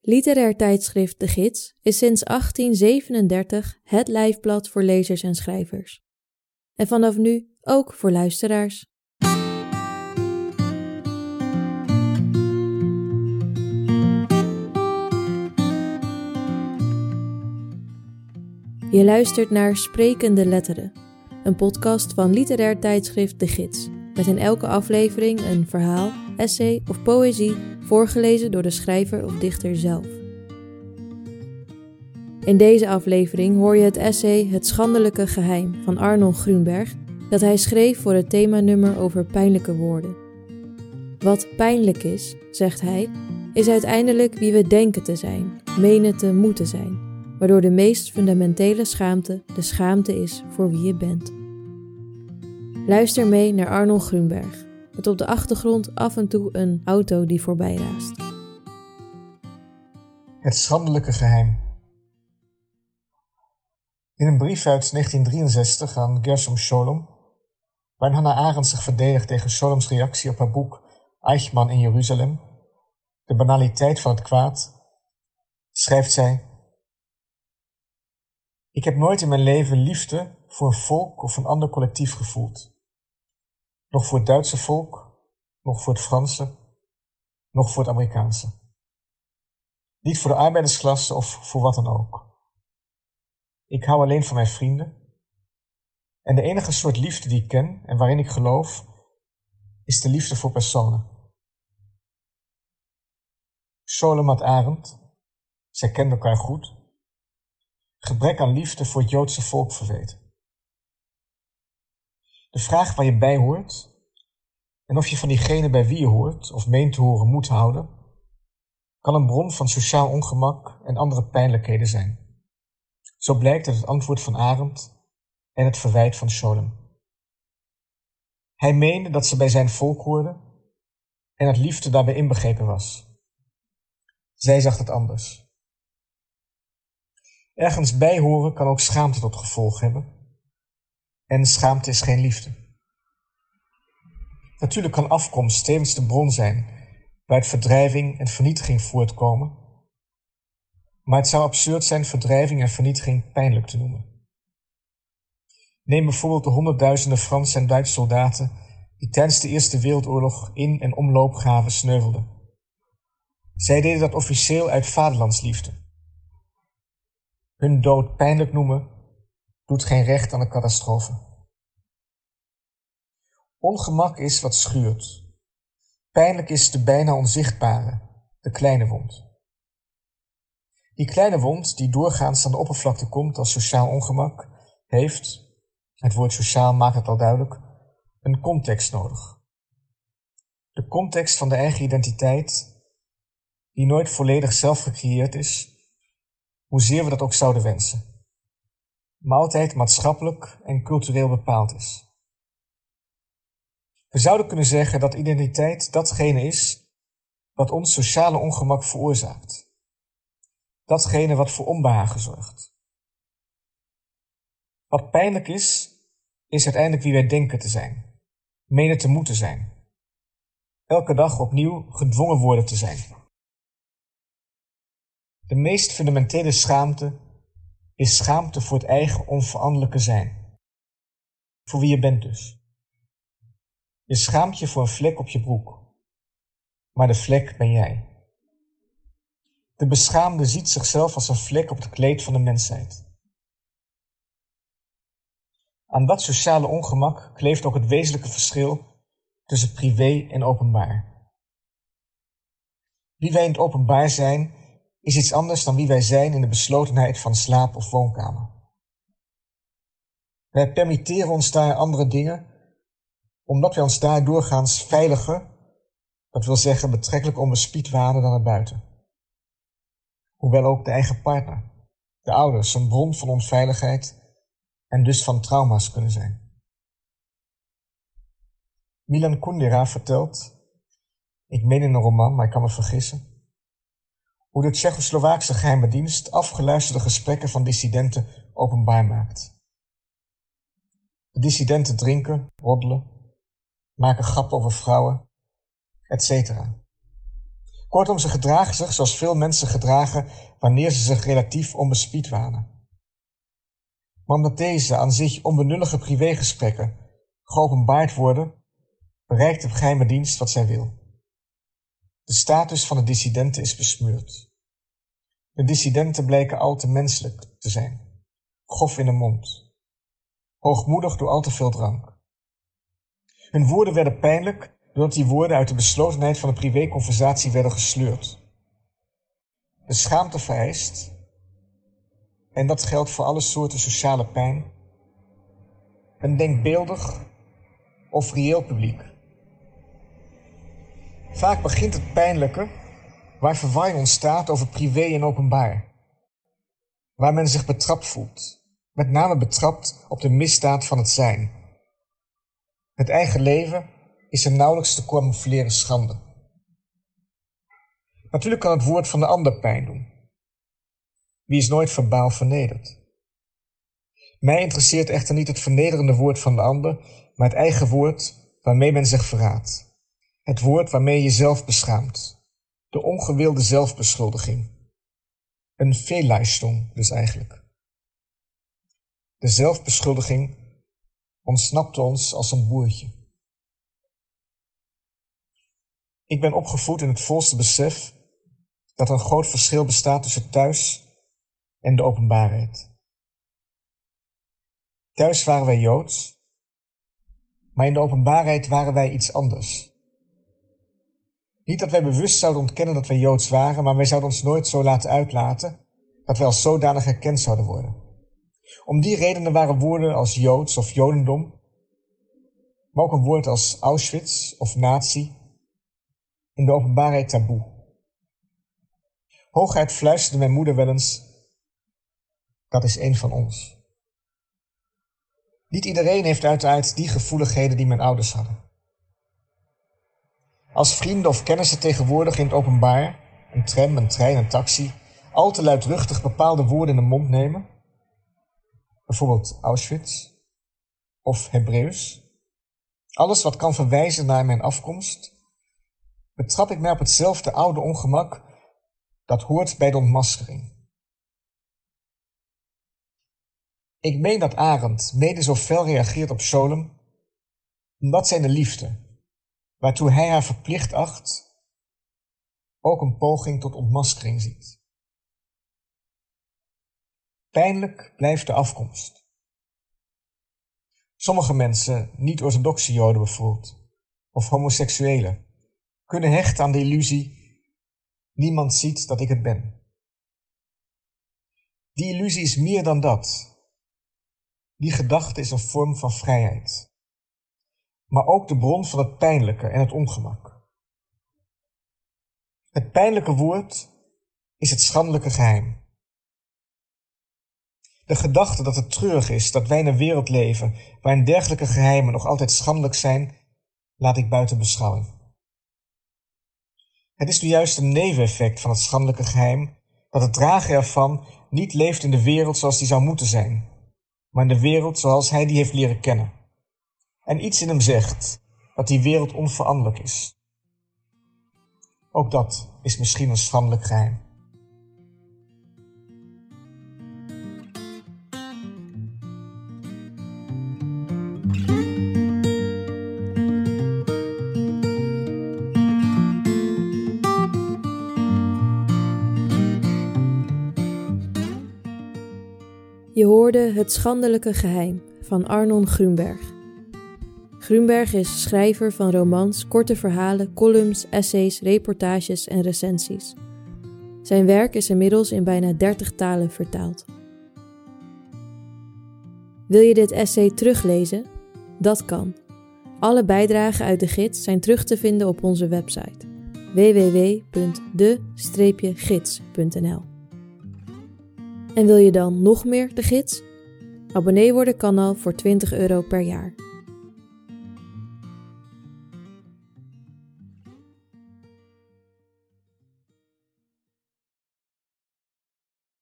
Literair tijdschrift De Gids is sinds 1837 het lijfblad voor lezers en schrijvers. En vanaf nu ook voor luisteraars. Je luistert naar Sprekende Letteren, een podcast van literair tijdschrift De Gids, met in elke aflevering een verhaal, essay of poëzie voorgelezen door de schrijver of dichter zelf. In deze aflevering hoor je het essay Het Schandelijke Geheim van Arnold Grunberg, dat hij schreef voor het themanummer over pijnlijke woorden. Wat pijnlijk is, zegt hij, is uiteindelijk wie we denken te zijn, menen te moeten zijn, waardoor de meest fundamentele schaamte de schaamte is voor wie je bent. Luister mee naar Arnold Grunberg, met op de achtergrond af en toe een auto die voorbij raast. Het Schandelijke Geheim. In een brief uit 1963 aan Gershom Scholem, waarin Hannah Arendt zich verdedigt tegen Scholems reactie op haar boek Eichmann in Jeruzalem, De banaliteit van het kwaad, schrijft zij: Ik heb nooit in mijn leven liefde voor een volk of een ander collectief gevoeld. Nog voor het Duitse volk, nog voor het Franse, nog voor het Amerikaanse. Niet voor de arbeidersklasse of voor wat dan ook. Ik hou alleen van mijn vrienden. En de enige soort liefde die ik ken en waarin ik geloof, is de liefde voor personen. Scholem had Arendt, zij kenden elkaar goed, gebrek aan liefde voor het Joodse volk verweten. De vraag waar je bij hoort en of je van diegene bij wie je hoort of meent te horen moet houden, kan een bron van sociaal ongemak en andere pijnlijkheden zijn. Zo blijkt uit het antwoord van Arendt en het verwijt van Scholem. Hij meende dat ze bij zijn volk hoorden en dat liefde daarbij inbegrepen was. Zij zag het anders. Ergens bij horen kan ook schaamte tot gevolg hebben. En schaamte is geen liefde. Natuurlijk kan afkomst tevens de bron zijn waaruit verdrijving en vernietiging voortkomen. Maar het zou absurd zijn verdrijving en vernietiging pijnlijk te noemen. Neem bijvoorbeeld de honderdduizenden Franse en Duitse soldaten die tijdens de Eerste Wereldoorlog in- en omloopgraven sneuvelden. Zij deden dat officieel uit vaderlandsliefde. Hun dood pijnlijk noemen doet geen recht aan de catastrofe. Ongemak is wat schuurt. Pijnlijk is de bijna onzichtbare, de kleine wond. Die kleine wond, die doorgaans aan de oppervlakte komt als sociaal ongemak, heeft, het woord sociaal maakt het al duidelijk, een context nodig. De context van de eigen identiteit, die nooit volledig zelf gecreëerd is, hoezeer we dat ook zouden wensen, maar altijd maatschappelijk en cultureel bepaald is. We zouden kunnen zeggen dat identiteit datgene is wat ons sociale ongemak veroorzaakt. Datgene wat voor onbehagen zorgt. Wat pijnlijk is uiteindelijk wie wij denken te zijn, menen te moeten zijn. Elke dag opnieuw gedwongen worden te zijn. De meest fundamentele schaamte is schaamte voor het eigen onveranderlijke zijn. Voor wie je bent dus. Je schaamt je voor een vlek op je broek. Maar de vlek ben jij. De beschaamde ziet zichzelf als een vlek op het kleed van de mensheid. Aan dat sociale ongemak kleeft ook het wezenlijke verschil tussen privé en openbaar. Wie wij in het openbaar zijn, is iets anders dan wie wij zijn in de beslotenheid van slaap- of woonkamer. Wij permitteren ons daar andere dingen, omdat wij ons daar doorgaans veiliger, dat wil zeggen betrekkelijk onbespied wanen dan erbuiten. Hoewel ook de eigen partner, de ouders, een bron van onveiligheid en dus van trauma's kunnen zijn. Milan Kundera vertelt, ik meen in een roman, maar ik kan me vergissen, hoe de Tsjechoslowaakse geheime dienst afgeluisterde gesprekken van dissidenten openbaar maakt. De dissidenten drinken, roddelen, maken grappen over vrouwen, etc. Kortom, ze gedragen zich zoals veel mensen gedragen wanneer ze zich relatief onbespied wanen. Maar omdat deze aan zich onbenullige privégesprekken geopenbaard worden, bereikt de geheime dienst wat zij wil. De status van de dissidenten is besmeurd. De dissidenten blijken al te menselijk te zijn, grof in de mond, hoogmoedig door al te veel drank. Hun woorden werden pijnlijk doordat die woorden uit de beslotenheid van de privéconversatie werden gesleurd. De schaamte vereist, en dat geldt voor alle soorten sociale pijn, een denkbeeldig of reëel publiek. Vaak begint het pijnlijke waar verwarring ontstaat over privé en openbaar. Waar men zich betrapt voelt, met name betrapt op de misdaad van het zijn. Het eigen leven is een nauwelijks te camoufleren schande. Natuurlijk kan het woord van de ander pijn doen. Wie is nooit verbaal vernederd? Mij interesseert echter niet het vernederende woord van de ander, maar het eigen woord waarmee men zich verraadt. Het woord waarmee je jezelf beschaamt. De ongewilde zelfbeschuldiging. Een Fehlleistung dus eigenlijk. De zelfbeschuldiging ontsnapte ons als een boertje. Ik ben opgevoed in het volste besef dat er een groot verschil bestaat tussen thuis en de openbaarheid. Thuis waren wij Joods, maar in de openbaarheid waren wij iets anders. Niet dat wij bewust zouden ontkennen dat wij Joods waren, maar wij zouden ons nooit zo laten uitlaten dat wij als zodanig herkend zouden worden. Om die redenen waren woorden als Joods of Jodendom, maar ook een woord als Auschwitz of nazi, in de openbaarheid taboe. Hooguit fluisterde mijn moeder wel eens, dat is één van ons. Niet iedereen heeft uiteraard die gevoeligheden die mijn ouders hadden. Als vrienden of kennissen tegenwoordig in het openbaar, een tram, een trein, een taxi, al te luidruchtig bepaalde woorden in de mond nemen, bijvoorbeeld Auschwitz of Hebreeuws, alles wat kan verwijzen naar mijn afkomst, betrap ik mij op hetzelfde oude ongemak dat hoort bij de ontmaskering. Ik meen dat Arendt mede zo fel reageert op Scholem, omdat zij de liefde, waartoe hij haar verplicht acht, ook een poging tot ontmaskering ziet. Pijnlijk blijft de afkomst. Sommige mensen, niet-orthodoxe Joden bijvoorbeeld, of homoseksuelen, kunnen hechten aan de illusie, niemand ziet dat ik het ben. Die illusie is meer dan dat. Die gedachte is een vorm van vrijheid, maar ook de bron van het pijnlijke en het ongemak. Het pijnlijke woord is het schandelijke geheim. De gedachte dat het treurig is dat wij in een wereld leven waarin dergelijke geheimen nog altijd schandelijk zijn, laat ik buiten beschouwing. Het is nu juist een neveneffect van het schandelijke geheim dat het drager ervan niet leeft in de wereld zoals die zou moeten zijn, maar in de wereld zoals hij die heeft leren kennen. En iets in hem zegt dat die wereld onveranderlijk is. Ook dat is misschien een schandelijk geheim. Je hoorde Het Schandelijke Geheim van Arnon Grunberg. Grunberg is schrijver van romans, korte verhalen, columns, essays, reportages en recensies. Zijn werk is inmiddels in bijna 30 talen vertaald. Wil je dit essay teruglezen? Dat kan. Alle bijdragen uit de gids zijn terug te vinden op onze website www.de-gids.nl. En wil je dan nog meer de gids? Abonnee worden kan al voor €20 per jaar.